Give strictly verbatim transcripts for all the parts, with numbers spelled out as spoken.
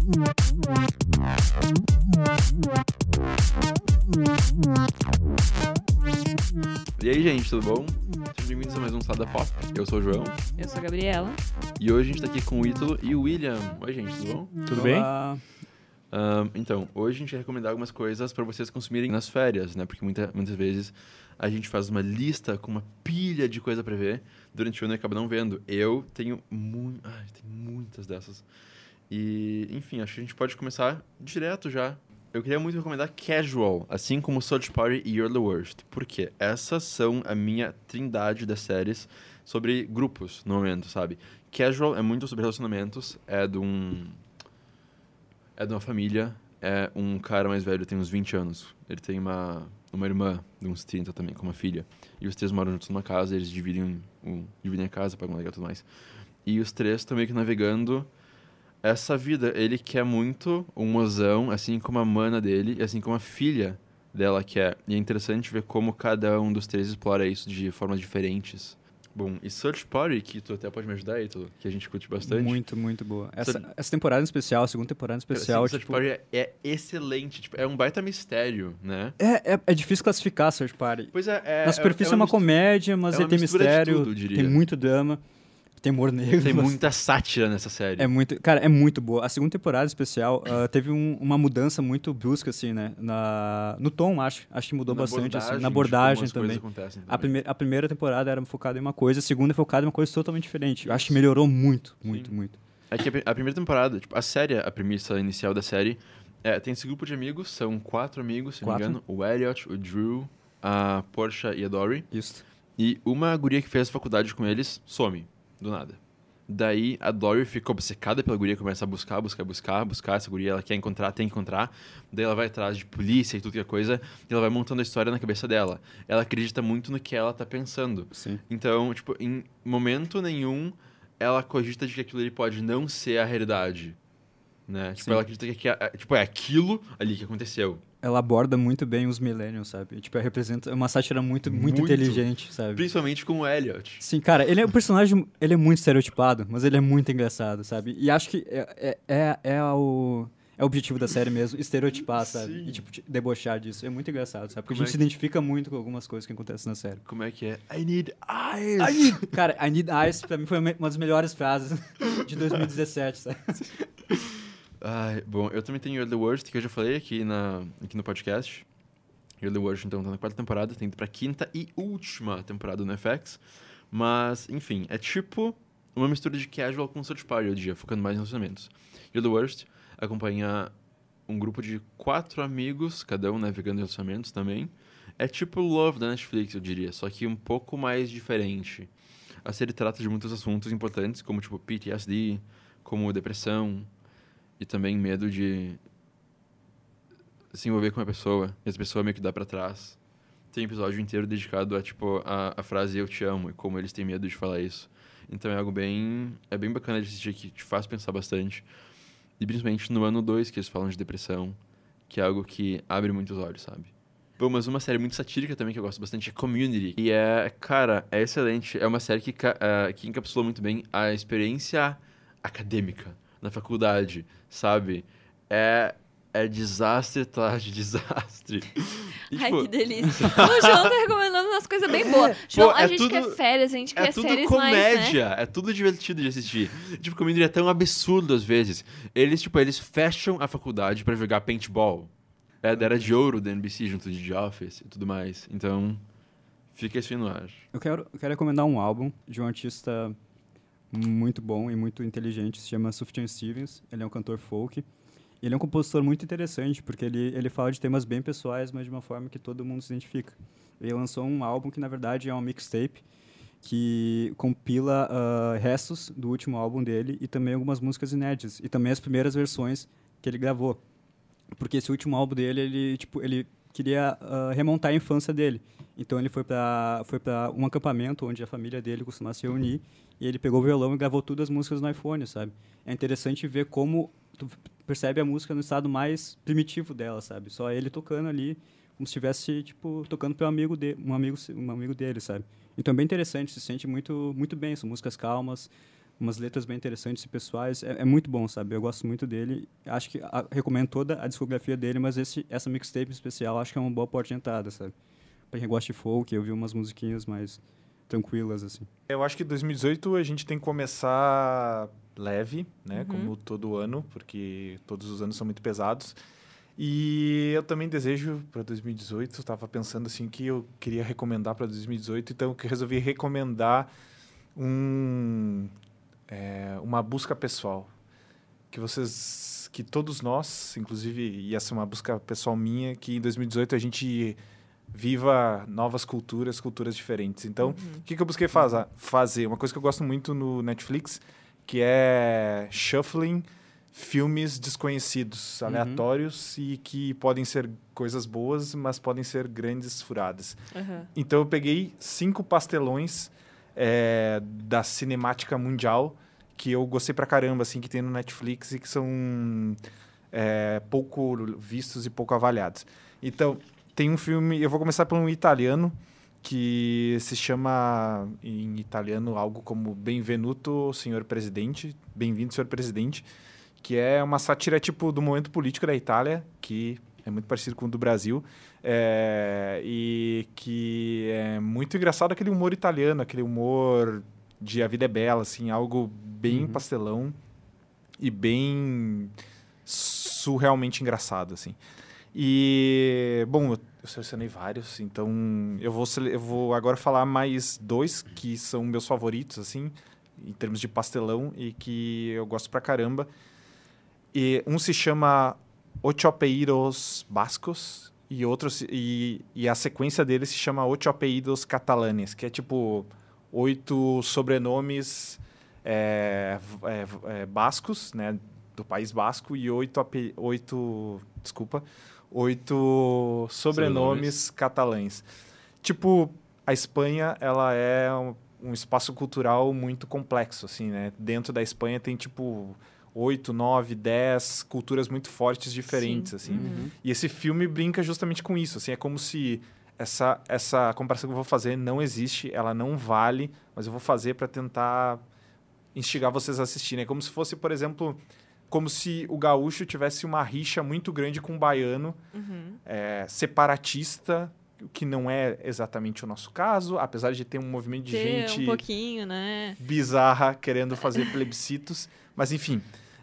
E aí, gente, tudo bom? Sejam bem-vindos a mais um Salada Pop. Eu sou o João. Eu sou a Gabriela. E hoje a gente tá aqui com o Ítalo e o William. Oi, gente, tudo bom? Tudo bem? Um, então, hoje a gente vai recomendar algumas coisas para vocês consumirem nas férias, né? Porque muita, muitas vezes a gente faz uma lista com uma pilha de coisa para ver durante o ano e acaba não vendo. Eu tenho, mu- Ai, tenho muitas dessas. E, enfim, acho que a gente pode começar direto já. Eu queria muito recomendar Casual, assim como Search Party e You're the Worst. Por quê? Essas são a minha trindade das séries sobre grupos no momento, sabe? Casual é muito sobre relacionamentos, é de um... É de uma família, é um cara mais velho, tem uns vinte anos. Ele tem uma, uma irmã de uns trinta também, com uma filha. E os três moram juntos numa casa, eles dividem, um, dividem a casa, pagam aluguel e tudo mais. E os três estão meio que navegando essa vida. Ele quer muito um mozão, assim como a mana dele, e assim como a filha dela quer. E é interessante ver como cada um dos três explora isso de formas diferentes. Bom, e Search Party, que tu até pode me ajudar aí, Ítalo, que a gente curte bastante. Muito, muito boa. Essa, Search- essa temporada em especial, a segunda temporada em especial, Cara, assim, tipo... Search Party é, é excelente, tipo, é um baita mistério, né? É, é, é difícil classificar Search Party. Pois é, é Na superfície é, uma mistura- comédia, mas é aí uma tem mistura de mistério, tudo, eu diria. tem muito drama, tem humor negro. Tem mas muita sátira nessa série. É muito, cara, é muito boa. A segunda temporada em especial ah, teve um- uma mudança muito brusca, assim, né? Na, no tom, acho. Acho que mudou Na bastante, assim. abordagem, Na de abordagem como as também. coisas acontecem A, também. primeira, a primeira temporada era focada em uma coisa, a segunda é focada em uma coisa totalmente diferente. Eu acho que melhorou muito, muito, Sim. muito. É que a, pri- a primeira temporada, tipo, a série, a premissa inicial da série, é, tem esse grupo de amigos, são quatro amigos, se não me Quatro. engano. O Elliot, o Drew, a Portia e a Dory. Isso. E uma guria que fez faculdade com eles some, do nada. Daí a Dory fica obcecada pela guria, começa a buscar, buscar, buscar, buscar essa guria, ela quer encontrar, tem que encontrar. Daí ela vai atrás de polícia e tudo que é coisa, e ela vai montando a história na cabeça dela. Ela acredita muito no que ela tá pensando. Sim. Então, tipo, em momento nenhum, ela cogita de que aquilo ali pode não ser a realidade, né? Tipo, Sim. ela acredita que aqui é, é- tipo, é aquilo ali que aconteceu. Ela aborda muito bem os millennials, sabe? Tipo, ela representa é uma sátira muito, muito, Muito. inteligente, sabe? Principalmente com o Elliot. Sim, cara, ele é um personagem, ele é muito estereotipado, mas ele é muito engraçado, sabe? E acho que é, é, é, é o, é o objetivo da série mesmo, estereotipar, sabe? Sim. E, tipo, te- debochar disso. É muito engraçado, sabe? Porque Como a gente é se identifica muito com algumas coisas que acontecem na série. Como é que é? I need eyes! I need, cara, I need eyes, pra mim, foi uma uma das melhores frases de dois mil e dezessete, sabe? Ai, bom, eu também tenho You're the Worst, que eu já falei aqui, na, aqui no podcast. You're the Worst, então, tá na quarta temporada, tem ido pra quinta e última temporada no F X. Mas, enfim, é tipo uma mistura de Casual com Search Party, eu diria, focando mais em relacionamentos. You're the Worst acompanha um grupo de quatro amigos, cada um navegando em relacionamentos também. É tipo Love da Netflix, eu diria, só que um pouco mais diferente. A série trata de muitos assuntos importantes, como tipo P T S D, como depressão e também medo de se envolver com uma pessoa e essa pessoa meio que dá pra trás. Tem um episódio inteiro dedicado a, tipo, a, a frase eu te amo e como eles têm medo de falar isso. Então é algo bem... É bem bacana de assistir, que te faz pensar bastante. E principalmente no ano dois que eles falam de depressão, que é algo que abre muitos olhos, sabe? Bom, mas uma série muito satírica também que eu gosto bastante é Community. E é, cara, é excelente. É uma série que, ca- ah, que encapsula muito bem a experiência acadêmica na faculdade, sabe? É, é desastre atrás de desastre. E, Ai, tipo, que delícia. O João tá recomendando umas coisas bem boas. João, Pô, a é gente tudo- quer férias, a gente É quer tudo séries mais, comédia, né? é tudo divertido de assistir. Tipo, Community é tão absurdo às vezes. Eles, tipo, eles fecham a faculdade pra jogar paintball. É da Era de Ouro da N B C, junto de The Office e tudo mais. Então, fica isso aí no ar. Eu quero, eu quero recomendar um álbum de um artista muito bom e muito inteligente, se chama Sufjan Stevens. Ele é um cantor folk. Ele é um compositor muito interessante, porque ele, ele fala de temas bem pessoais, mas de uma forma que todo mundo se identifica. Ele lançou um álbum que, na verdade, é uma mixtape, que compila ah, restos do último álbum dele e também algumas músicas inéditas. E também as primeiras versões que ele gravou. Porque esse último álbum dele, ele, tipo, ele queria ah, remontar a infância dele. Então ele foi para foi para um acampamento onde a família dele costumava se reunir, e ele pegou o violão e gravou todas as músicas no iPhone, sabe? É interessante ver como tu percebe a música no estado mais primitivo dela, sabe? Só ele tocando ali, como se estivesse, tipo, tocando para um amigo de, um amigo um amigo dele, sabe? Então é bem interessante, se sente muito muito bem, são músicas calmas, umas letras bem interessantes e pessoais. É, é muito bom, sabe? Eu gosto muito dele. Acho que a, recomendo toda a discografia dele, mas esse, essa mixtape especial acho que é uma boa porta de entrada, sabe? Pra quem gosta de folk, eu vi umas musiquinhas mais tranquilas, assim. Eu acho que dois mil e dezoito a gente tem que começar leve, né? Uhum. Como todo ano, porque todos os anos são muito pesados. E eu também desejo para dois mil e dezoito, estava pensando assim que eu queria recomendar para dois mil e dezoito, então eu resolvi recomendar um, é, uma busca pessoal. Que vocês, que todos nós, inclusive, e essa é uma busca pessoal minha, que em dois mil e dezoito a gente viva novas culturas, culturas diferentes. Então, o Uhum. que, que eu busquei faza- fazer? Uma coisa que eu gosto muito no Netflix, que é shuffling filmes desconhecidos, Uhum. aleatórios e que podem ser coisas boas, mas podem ser grandes furadas. Aham. Então, eu peguei cinco pastelões é, da cinemática mundial que eu gostei pra caramba, assim, que tem no Netflix e que são é, pouco vistos e pouco avaliados. Então, tem um filme... Eu vou começar por um italiano que se chama, em italiano, algo como Benvenuto, Senhor Presidente. Bem-vindo, Senhor Presidente. Que é uma sátira, tipo, do momento político da Itália, que é muito parecido com o do Brasil. É, e que é muito engraçado aquele humor italiano, aquele humor de A Vida é Bela, assim, algo bem Uhum. pastelão e bem surrealmente engraçado, assim. E, bom, eu, eu selecionei vários, então eu vou, sele- eu vou agora falar mais dois que são meus favoritos, assim, em termos de pastelão e que eu gosto pra caramba. E um se chama Ocho Apellidos Bascos e, outro se- e, e a sequência dele se chama Ocho Apellidos Catalanes, que é tipo oito sobrenomes é, v- é, v- é, bascos, né, do País Basco, e oito, ape- oito desculpa, oito sobrenomes, Sobrenomes. catalães. Tipo, a Espanha, ela é um, um espaço cultural muito complexo, assim, né? Dentro da Espanha tem, tipo, oito, nove, dez culturas muito fortes, diferentes, Sim. assim. Uhum. E esse filme brinca justamente com isso, assim, é como se essa, essa comparação que eu vou fazer não existe, ela não vale, mas eu vou fazer para tentar instigar vocês a assistirem. É como se fosse, por exemplo, como se o gaúcho tivesse uma rixa muito grande com o baiano, Uhum. é, separatista, o que não é exatamente o nosso caso, apesar de ter um movimento de Ter gente um pouquinho, né? bizarra querendo fazer plebiscitos, mas enfim.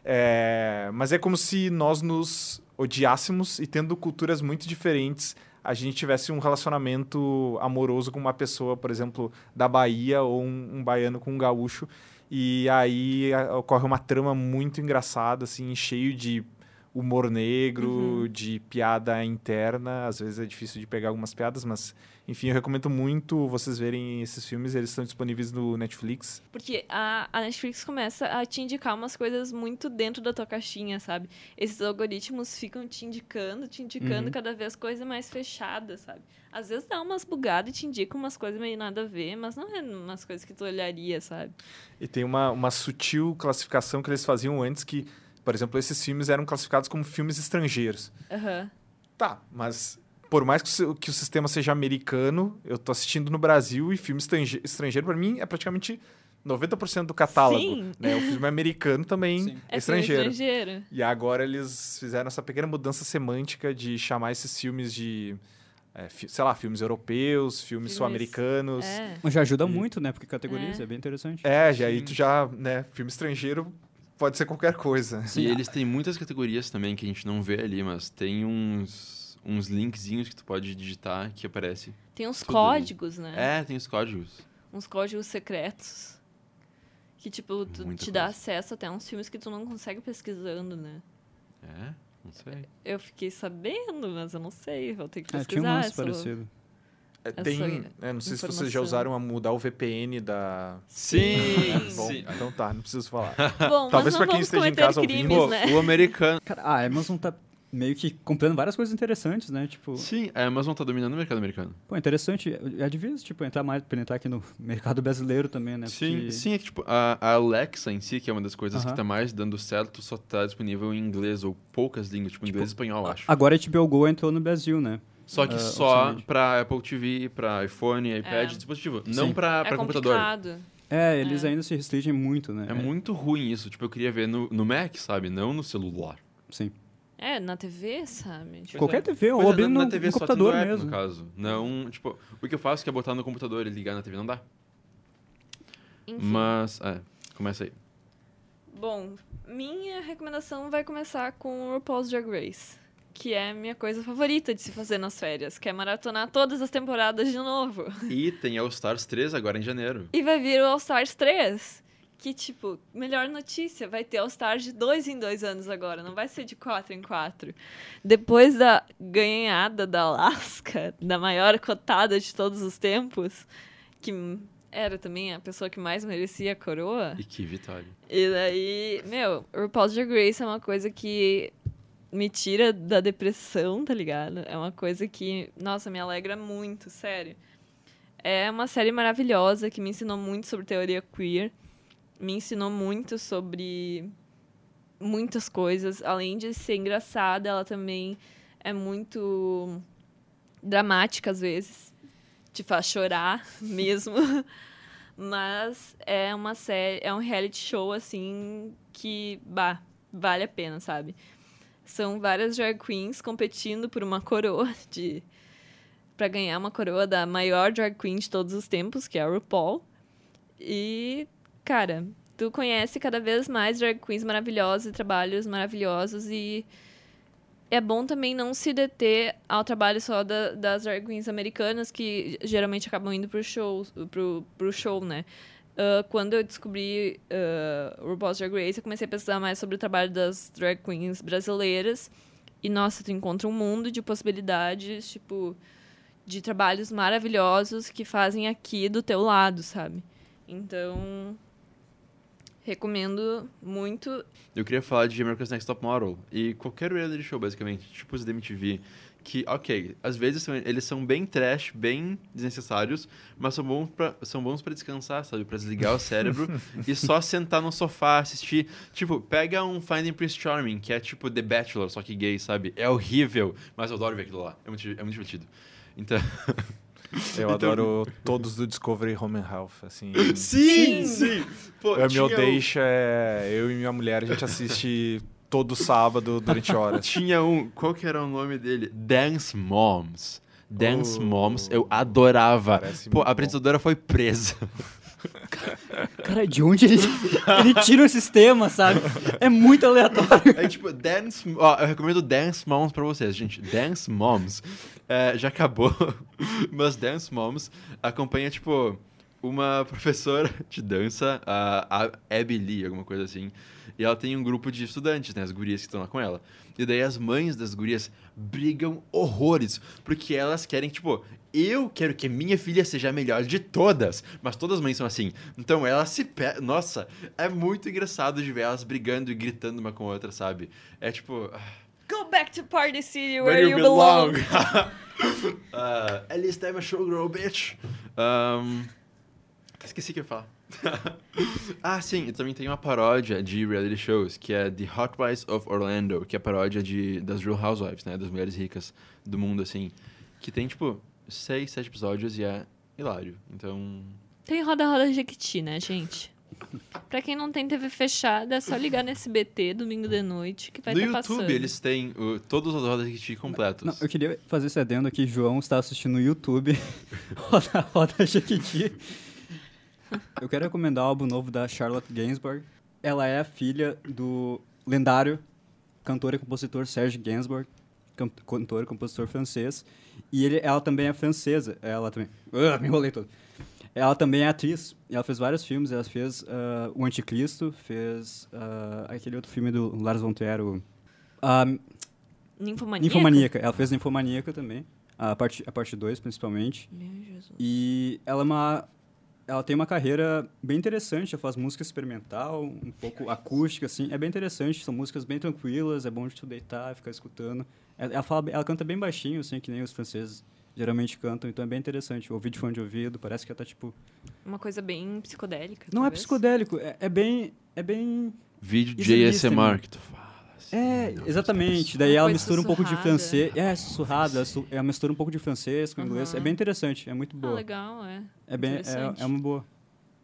É, mas é como se nós nos odiássemos e tendo culturas muito diferentes, a gente tivesse um relacionamento amoroso com uma pessoa, por exemplo, da Bahia ou um, um baiano com um gaúcho, e aí a, ocorre uma trama muito engraçada, assim, cheio de humor negro, Uhum. de piada interna. Às vezes é difícil de pegar algumas piadas, mas enfim, eu recomendo muito vocês verem esses filmes, eles estão disponíveis no Netflix. Porque a, a Netflix começa a te indicar umas coisas muito dentro da tua caixinha, sabe? Esses algoritmos ficam te indicando, te indicando Uhum. cada vez coisa mais fechada, sabe? Às vezes dá umas bugadas e te indica umas coisas meio nada a ver, mas não é umas coisas que tu olharia, sabe? E tem uma, uma sutil classificação que eles faziam antes que, por exemplo, esses filmes eram classificados como filmes estrangeiros. Aham. Tá, mas por mais que o, si- que o sistema seja americano, eu tô assistindo no Brasil e filme estrange- estrangeiro, pra mim, é praticamente noventa por cento do catálogo. Sim. Né? O filme americano também Sim. é É filme estrangeiro. estrangeiro. E agora eles fizeram essa pequena mudança semântica de chamar esses filmes de, é, fi- sei lá, filmes europeus, filmes, Filmes- sul-americanos. É. Mas já ajuda E- muito, né? Porque categoriza, É. é, bem interessante. É, e aí Sim. tu já, né, filme estrangeiro pode ser qualquer coisa. E eles têm muitas categorias também que a gente não vê ali, mas tem uns, uns linkzinhos que tu pode digitar que aparece. Tem uns Tudo. códigos, né? É, tem os códigos. Uns códigos secretos. Que, tipo, tu Muita te dá coisa. acesso até a uns filmes que tu não consegue pesquisando, né? É, não sei. Eu fiquei sabendo, mas eu não sei. Vou ter que É, pesquisar. tinha um lance essa- parecido. É, Essa tem, é, não sei se vocês já informação. usaram a mudar o V P N da... Sim, É, bom, sim. então tá, não preciso falar. Bom, Talvez mas pra não quem vamos esteja em cometer casa crimes, ouvindo, Pô, né? o americano... Cara, a Amazon tá meio que comprando várias coisas interessantes, né? Tipo, Sim, a Amazon tá dominando o mercado americano. pô, interessante. Já devia, tipo, entrar mais, penetrar aqui no mercado brasileiro também, né? Sim, Porque- sim, é que tipo, a, a Alexa em si, que é uma das coisas Aham. que tá mais dando certo, só tá disponível em inglês ou poucas línguas, tipo, inglês e espanhol, eu acho. Agora a H B O Go entrou no Brasil, né? Só que ah, só oficialmente. pra Apple T V, pra iPhone, iPad, É. dispositivo. Sim. Não pra, É pra computador. complicado. É, eles É. ainda se restringem muito, né? É muito ruim isso. Tipo, eu queria ver no, no Mac, sabe? Não no celular. Sim. É, na T V, sabe? Tipo, Qualquer T V, ou Pois é, abrindo na, no, na T V no só computador tendo app, mesmo. no caso. Não, tipo, o que eu faço é que é botar no computador e ligar na T V, não dá. enfim. Mas, é, começa aí. Bom, minha recomendação vai começar com o RuPaul's Drag Race, que é a minha coisa favorita de se fazer nas férias, que é maratonar todas as temporadas de novo. E tem All Stars três agora em janeiro. E vai vir o All Stars três, que, tipo, melhor notícia, vai ter All Stars de dois em dois anos agora, não vai ser de quatro em quatro. Depois da ganhada da Alaska, da maior cotada de todos os tempos, que era também a pessoa que mais merecia a coroa. E que vitória. E daí, meu, o RuPaul's Drag Race é uma coisa que me tira da depressão, tá ligado? É uma coisa que, nossa, me alegra muito, sério. É uma série maravilhosa que me ensinou muito sobre teoria queer, me ensinou muito sobre muitas coisas. Além de ser engraçada, ela também é muito dramática às vezes, te faz chorar mesmo. Mas é uma série, é um reality show assim que, bah, vale a pena, sabe? São várias drag queens competindo por uma coroa de para ganhar uma coroa da maior drag queen de todos os tempos, que é a RuPaul. E, cara, tu conhece cada vez mais drag queens maravilhosas e trabalhos maravilhosos, e é bom também não se deter ao trabalho só da, das drag queens americanas, que geralmente acabam indo pro show, pro, pro show, né? Uh, quando eu descobri uh, o RuPaul's Drag Race, eu comecei a pesquisar mais sobre o trabalho das drag queens brasileiras. E, nossa, tu encontra um mundo de possibilidades, tipo, de trabalhos maravilhosos que fazem aqui do teu lado, sabe? Então, recomendo muito. Eu queria falar de America's Next Top Model e qualquer reality show, basicamente, tipo os da M T V, que, ok, às vezes são, eles são bem trash, bem desnecessários, mas são bons pra, são bons pra descansar, sabe? Pra desligar o cérebro e só sentar no sofá, assistir. Tipo, pega um Finding Prince Charming, que é tipo The Bachelor, só que gay, sabe? É horrível, mas eu adoro ver aquilo lá. É muito, é muito divertido. Então... Eu Então- adoro todos do Discovery Home and Health, assim. Sim, sim! Pô, Eu me tinha o- deixa, é, eu e minha mulher, a gente assiste todo sábado durante horas. Tinha um... Qual que era o nome dele? Dance Moms. Dance Oh. Moms, eu adorava. Parece Pô, muito a apresentadora foi presa. Cara, de onde ele, ele tira esses temas, sabe? É muito aleatório. É tipo, Dance... Ó, eu recomendo Dance Moms pra vocês, gente. Dance Moms é, já acabou, mas Dance Moms acompanha, tipo, uma professora de dança, a, a Abby Lee, alguma coisa assim. E ela tem um grupo de estudantes, né? As gurias que estão lá com ela. E daí as mães das gurias brigam horrores, porque elas querem, tipo... Eu quero que a minha filha seja a melhor de todas, mas todas as mães são assim. Então elas se... Pe... Nossa, é muito engraçado de ver elas brigando e gritando uma com a outra, sabe? É tipo... Go back to Party City where, you belong. uh, at least I'm a showgirl, bitch. Um, esqueci o que eu ia falar. Ah, sim, e também tem uma paródia de reality shows, que é The Housewives of Orlando, que é a paródia de, das Real Housewives, né? Das mulheres ricas do mundo, assim. Que tem, tipo, seis, sete episódios e é hilário. Então... Tem Roda Roda Jequiti, né, gente? Pra quem não tem T V fechada, é só ligar no S B T domingo de noite que vai no estar YouTube passando. eles têm uh, todos os rodas de completos. Não, eu queria fazer esse adendo aqui. João está assistindo no YouTube Roda Roda Jequiti. Eu quero recomendar o álbum novo da Charlotte Gainsbourg. Ela é a filha do lendário cantor e compositor Serge Gainsbourg, can- cantor e compositor francês. E ele, ela também é francesa. Ela também... Uh, me enrolei todo. Ela também é atriz. Ela fez vários filmes. Ela fez uh, O Anticristo, fez uh, aquele outro filme do Lars von Trier, o... Uh, Ninfomaníaca? Ninfomaníaca. Ela fez Ninfomaníaca também. A parte a parte dois, principalmente. Meu Jesus. E ela é uma... Ela tem uma carreira bem interessante. Ela faz música experimental, um pouco acústica, assim. É bem interessante. São músicas bem tranquilas. É bom de tu deitar e ficar escutando. Ela, ela, fala, ela canta bem baixinho, assim, que nem os franceses geralmente cantam. Então é bem interessante. Ouvir de fone de ouvido. Parece que ela tá, tipo... Uma coisa bem psicodélica. Não é talvez. psicodélico. É, é bem... É bem... Vídeo Isso é J S M R listening. que tu fala. Assim, É, não, exatamente. essa Daí ela coisa mistura um pouco de sussurrada. francês. É, sussurrada. Ela, su- ela mistura um pouco de francês com inglês. Aham. É bem interessante. É muito Ah, boa. legal, é. É bem... É, Interessante. é uma boa.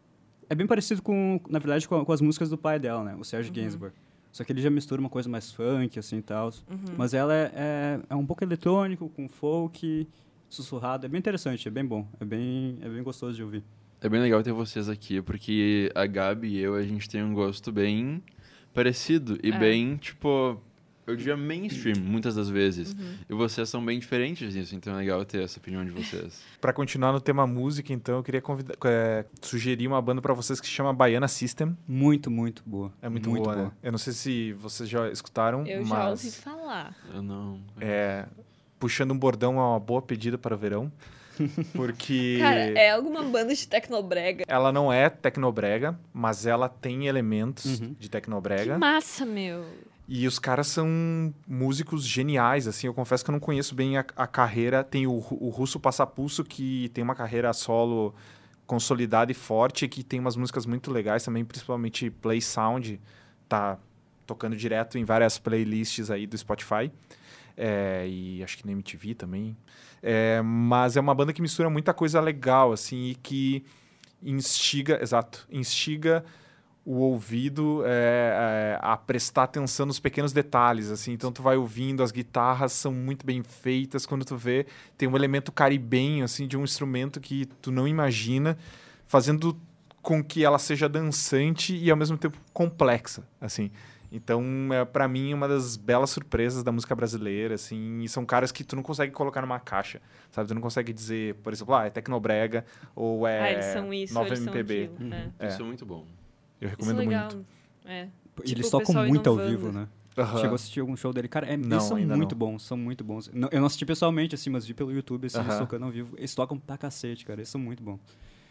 É bem parecido com, na verdade, com, com as músicas do pai dela, né? O Serge Uhum. Gainsbourg. Só que ele já mistura uma coisa mais funk, assim, e tal. Uhum. Mas ela é, é, é um pouco eletrônico, com folk, sussurrado. É bem interessante, é bem bom. É bem, é bem gostoso de ouvir. É bem legal ter vocês aqui, porque a Gabi e eu, a gente tem um gosto bem parecido e É. bem, tipo, eu diria mainstream, muitas das vezes. Uhum. E vocês são bem diferentes nisso, então é legal ter essa opinião de vocês. Pra continuar no tema música, então, eu queria convidar, é, sugerir uma banda pra vocês que se chama Baiana System. Muito, muito boa. É muito, boa, né? Eu não sei se vocês já escutaram, Eu mas... já ouvi falar. Eu não... É, puxando um bordão é uma boa pedida para o verão, porque Cara, é alguma banda de tecnobrega. ela não é tecnobrega, mas ela tem elementos Uhum. de Que tecnobrega. massa, meu. E os caras são músicos geniais, assim. Eu confesso que eu não conheço bem a, a carreira. Tem o, o Russo Passapulso, que tem uma carreira solo consolidada e forte, que tem umas músicas muito legais também, principalmente Play Sound, tá tocando direto em várias playlists aí do Spotify. É, e acho que na M T V também. É, mas é uma banda que mistura muita coisa legal, assim, e que instiga, exato, instiga o ouvido é, é, a prestar atenção nos pequenos detalhes, assim. Então tu vai ouvindo, as guitarras são muito bem feitas, quando tu vê, tem um elemento caribenho, assim, de um instrumento que tu não imagina, fazendo com que ela seja dançante e ao mesmo tempo complexa, assim. Então, é, para mim, uma das belas surpresas da música brasileira, assim, e são caras que tu não consegue colocar numa caixa, sabe? Tu não consegue dizer, por exemplo, ah, é tecnobrega ou é ah, eles são isso, nova eles M P B. são aquilo. É. É. Isso é muito bom. Eu Isso é recomendo legal. muito. É. E Tipo, eles o tocam pessoal muito ao inovando. vivo, né? Aham. Chegou a assistir algum show dele. Cara, é, Não, eles são ainda muito não. bons, são muito bons. Não, eu não assisti pessoalmente, assim, mas vi pelo YouTube, assim, eles Aham. tocando ao vivo. Eles tocam pra cacete, cara. Eles são muito bons.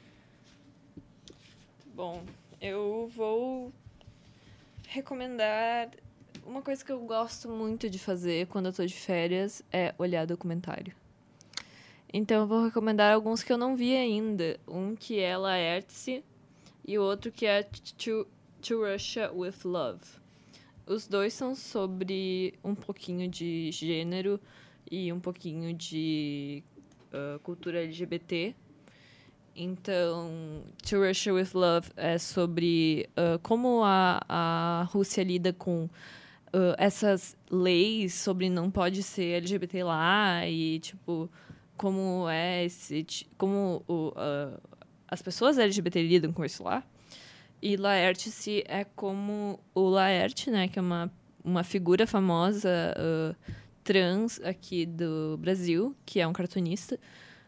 Bom, eu vou recomendar uma coisa que eu gosto muito de fazer quando eu tô de férias é olhar documentário. Então eu vou recomendar alguns que eu não vi ainda. Um que é Laertes e o outro que é To, to Russia with Love. Os dois são sobre um pouquinho de gênero e um pouquinho de uh, cultura L G B T. Então, To Russia with Love é sobre uh, como a, a Rússia lida com uh, essas leis sobre não pode ser L G B T lá e, tipo, como é esse... como o, uh, as pessoas L G B T lidam com isso lá. E Laertes é como o Laerte, né, que é uma, uma figura famosa uh, trans aqui do Brasil, que é um cartunista.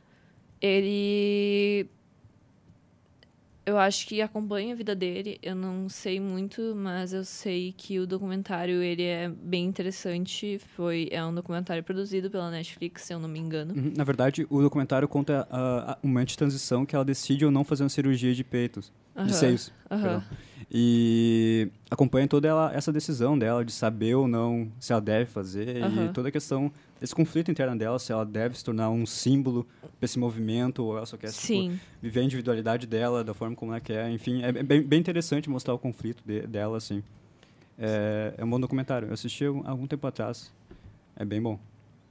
Ele... Eu acho que acompanho a vida dele. Eu não sei muito, mas eu sei que o documentário ele é bem interessante. Foi, é um documentário produzido pela Netflix, se eu não me engano. Uhum. Na verdade, o documentário conta a, a, uma transição que ela decide ou não fazer uma cirurgia de peitos, Aham, de seios. aham. perdão. E acompanha toda ela, essa decisão dela de saber ou não se ela deve fazer Aham. e toda a questão desse conflito interno dela, se ela deve se tornar um símbolo desse movimento ou ela só quer tipo, Sim. viver a individualidade dela da forma como ela quer. Enfim, é bem, bem interessante mostrar o conflito de, dela, assim. É, é um bom documentário. Eu assisti há algum tempo atrás. É bem bom.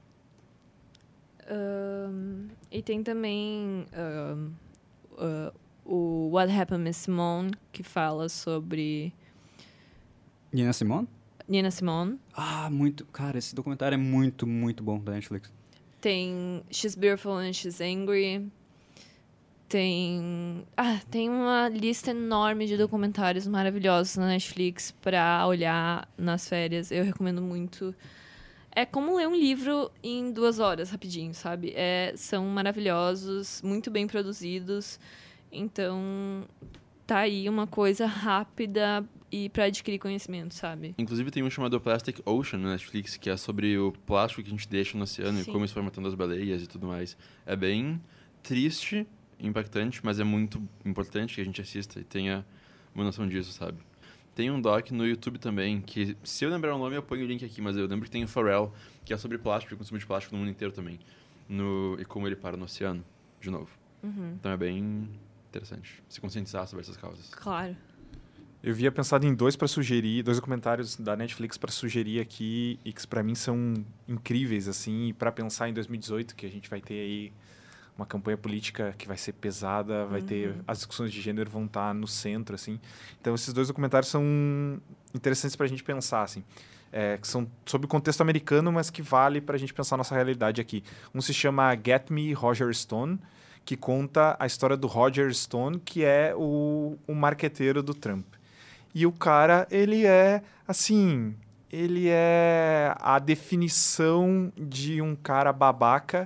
Um, e tem também um, uh, o What Happened Miss Simone, que fala sobre Nina Simone? Nina Simone. Ah, muito. Cara, esse documentário é muito, muito bom da Netflix. Tem She's Beautiful and She's Angry. Tem... Ah, tem uma lista enorme de documentários maravilhosos na Netflix pra olhar nas férias. Eu recomendo muito. É como ler um livro em duas horas, rapidinho, sabe? É, são maravilhosos, muito bem produzidos. Então, tá aí uma coisa rápida e pra adquirir conhecimento, sabe? Inclusive tem um chamado Plastic Ocean no Netflix, que é sobre o plástico que a gente deixa no oceano Sim. e como isso vai matando as baleias e tudo mais. É bem triste, impactante, mas é muito importante que a gente assista e tenha uma noção disso, sabe? Tem um doc no YouTube também, que se eu lembrar o nome eu ponho o link aqui, mas eu lembro que tem o Pharrell, que é sobre plástico e o consumo de plástico no mundo inteiro também. No, e como ele para no oceano, de novo. Uhum. Então é bem interessante se conscientizar sobre essas causas. Claro. Eu havia pensado em dois para sugerir, dois documentários da Netflix para sugerir aqui e que para mim são incríveis assim, para pensar em dois mil e dezoito, que a gente vai ter aí uma campanha política que vai ser pesada, vai uhum. ter... As discussões de gênero vão estar no centro, assim. Então, esses dois documentários são interessantes para a gente pensar, assim. É, que são sobre o contexto americano, mas que vale para a gente pensar a nossa realidade aqui. Um se chama Get Me, Roger Stone, que conta a história do Roger Stone, que é o, o marqueteiro do Trump. E o cara, ele é, assim... Ele é a definição de um cara babaca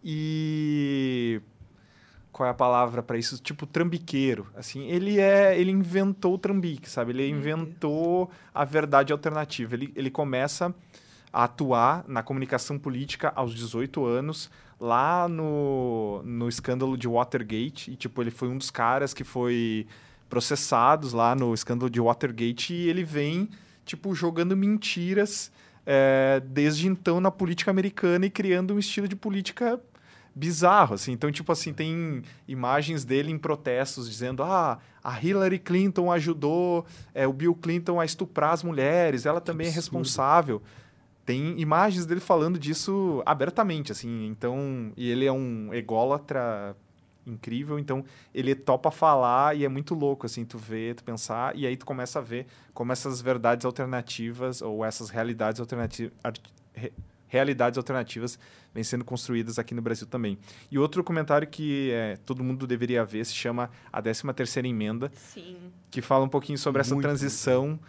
e... Qual é a palavra para isso? Tipo, trambiqueiro. Assim, ele, é, ele inventou o trambique, sabe? Ele inventou a verdade alternativa. Ele, ele começa a atuar na comunicação política aos dezoito anos, lá no, no escândalo de Watergate. E, tipo, ele foi um dos caras que foi processados lá no escândalo de Watergate e ele vem... tipo, jogando mentiras é, desde então na política americana e criando um estilo de política bizarro, assim. Então, tipo assim, tem imagens dele em protestos dizendo ah, a Hillary Clinton ajudou é, o Bill Clinton a estuprar as mulheres, ela também é responsável. Tem imagens dele falando disso abertamente, assim. Então, e ele é um ególatra incrível, então ele topa falar e é muito louco, assim, tu vê, tu pensar, e aí tu começa a ver como essas verdades alternativas ou essas realidades alternativas re, realidades alternativas vêm sendo construídas aqui no Brasil também. E outro documentário que é, todo mundo deveria ver se chama A décima terceira Emenda, Sim. que fala um pouquinho sobre essa muito transição muito.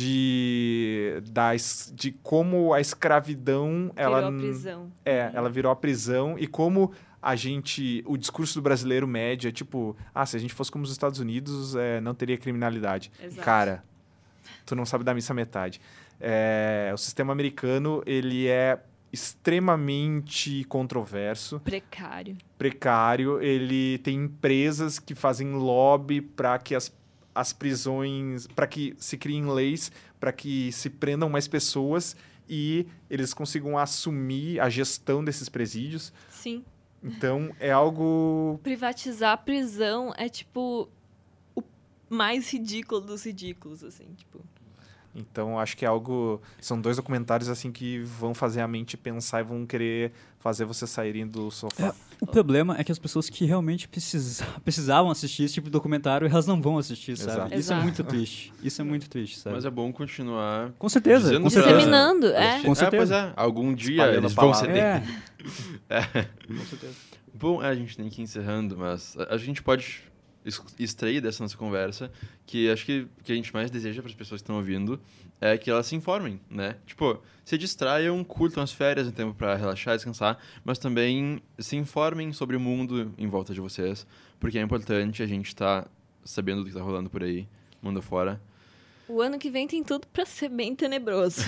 de das, de como a escravidão virou ela a prisão. É, uhum. ela virou a prisão e como a gente, o discurso do brasileiro médio é tipo, ah, se a gente fosse como os Estados Unidos, é, não teria criminalidade. Exato. Cara, tu não sabe da missa metade. É, o sistema americano, ele é extremamente controverso. Precário. Precário. Ele tem empresas que fazem lobby para que as, as prisões, para que se criem leis, para que se prendam mais pessoas e eles consigam assumir a gestão desses presídios. Sim. Então, é algo... Privatizar a prisão é, tipo, o mais ridículo dos ridículos, assim, tipo... Então, acho que é algo... São dois documentários, assim, que vão fazer a mente pensar e vão querer fazer você saírem do sofá. É, o problema é que as pessoas que realmente precisa, precisavam assistir esse tipo de documentário, elas não vão assistir, sabe? Exato. Isso Exato. é muito triste. Isso é muito triste, sabe? Mas é bom continuar... Com certeza. dizendo Com pra- certeza. Disseminando, é. Com certeza. É, pois é. Algum dia Espalhando eles a vão palavra. ceder. É, É. com certeza. Bom, é, a gente tem que ir encerrando, mas a, a gente pode es- extrair dessa nossa conversa que acho que o que a gente mais deseja para as pessoas que estão ouvindo é que elas se informem, né? Tipo, se distraiam, curtam as férias, um tempo para relaxar, descansar, mas também se informem sobre o mundo em volta de vocês, porque é importante a gente estar sabendo do que está rolando por aí, mundo fora. O ano que vem tem tudo pra ser bem tenebroso.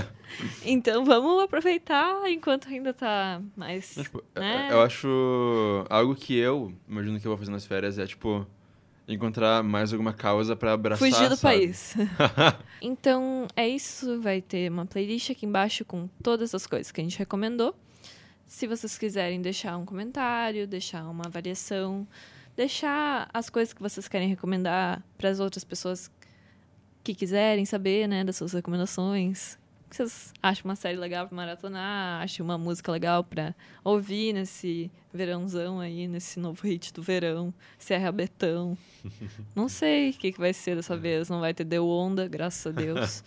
Então vamos aproveitar enquanto ainda tá mais... Não, tipo, né? eu acho algo que eu imagino que eu vou fazer nas férias é, tipo, encontrar mais alguma causa para abraçar, Fugir do sabe? país. Então, é isso. Vai ter uma playlist aqui embaixo com todas as coisas que a gente recomendou. Se vocês quiserem deixar um comentário, deixar uma avaliação, deixar as coisas que vocês querem recomendar para as outras pessoas que quiserem saber, né, das suas recomendações. Que vocês acham uma série legal para maratonar, acham uma música legal para ouvir nesse verãozão aí, nesse novo hit do verão, Serra Betão. Não sei o que, que vai ser dessa vez. Não vai ter Deu Onda, graças a Deus.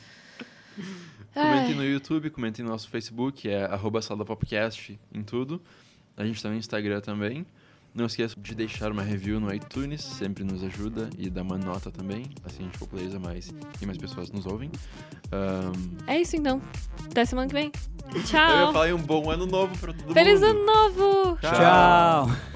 Comentem no YouTube, comentem no nosso Facebook, é arroba saladapopcast em tudo. A gente tá no Instagram também. Não esqueça de deixar uma review no iTunes, sempre nos ajuda, e dar uma nota também, assim a gente populariza mais e mais pessoas nos ouvem. Um... É isso então. Até semana que vem. Eu ia Tchau. falar um bom ano novo pra todo Feliz mundo. ano novo! Tchau.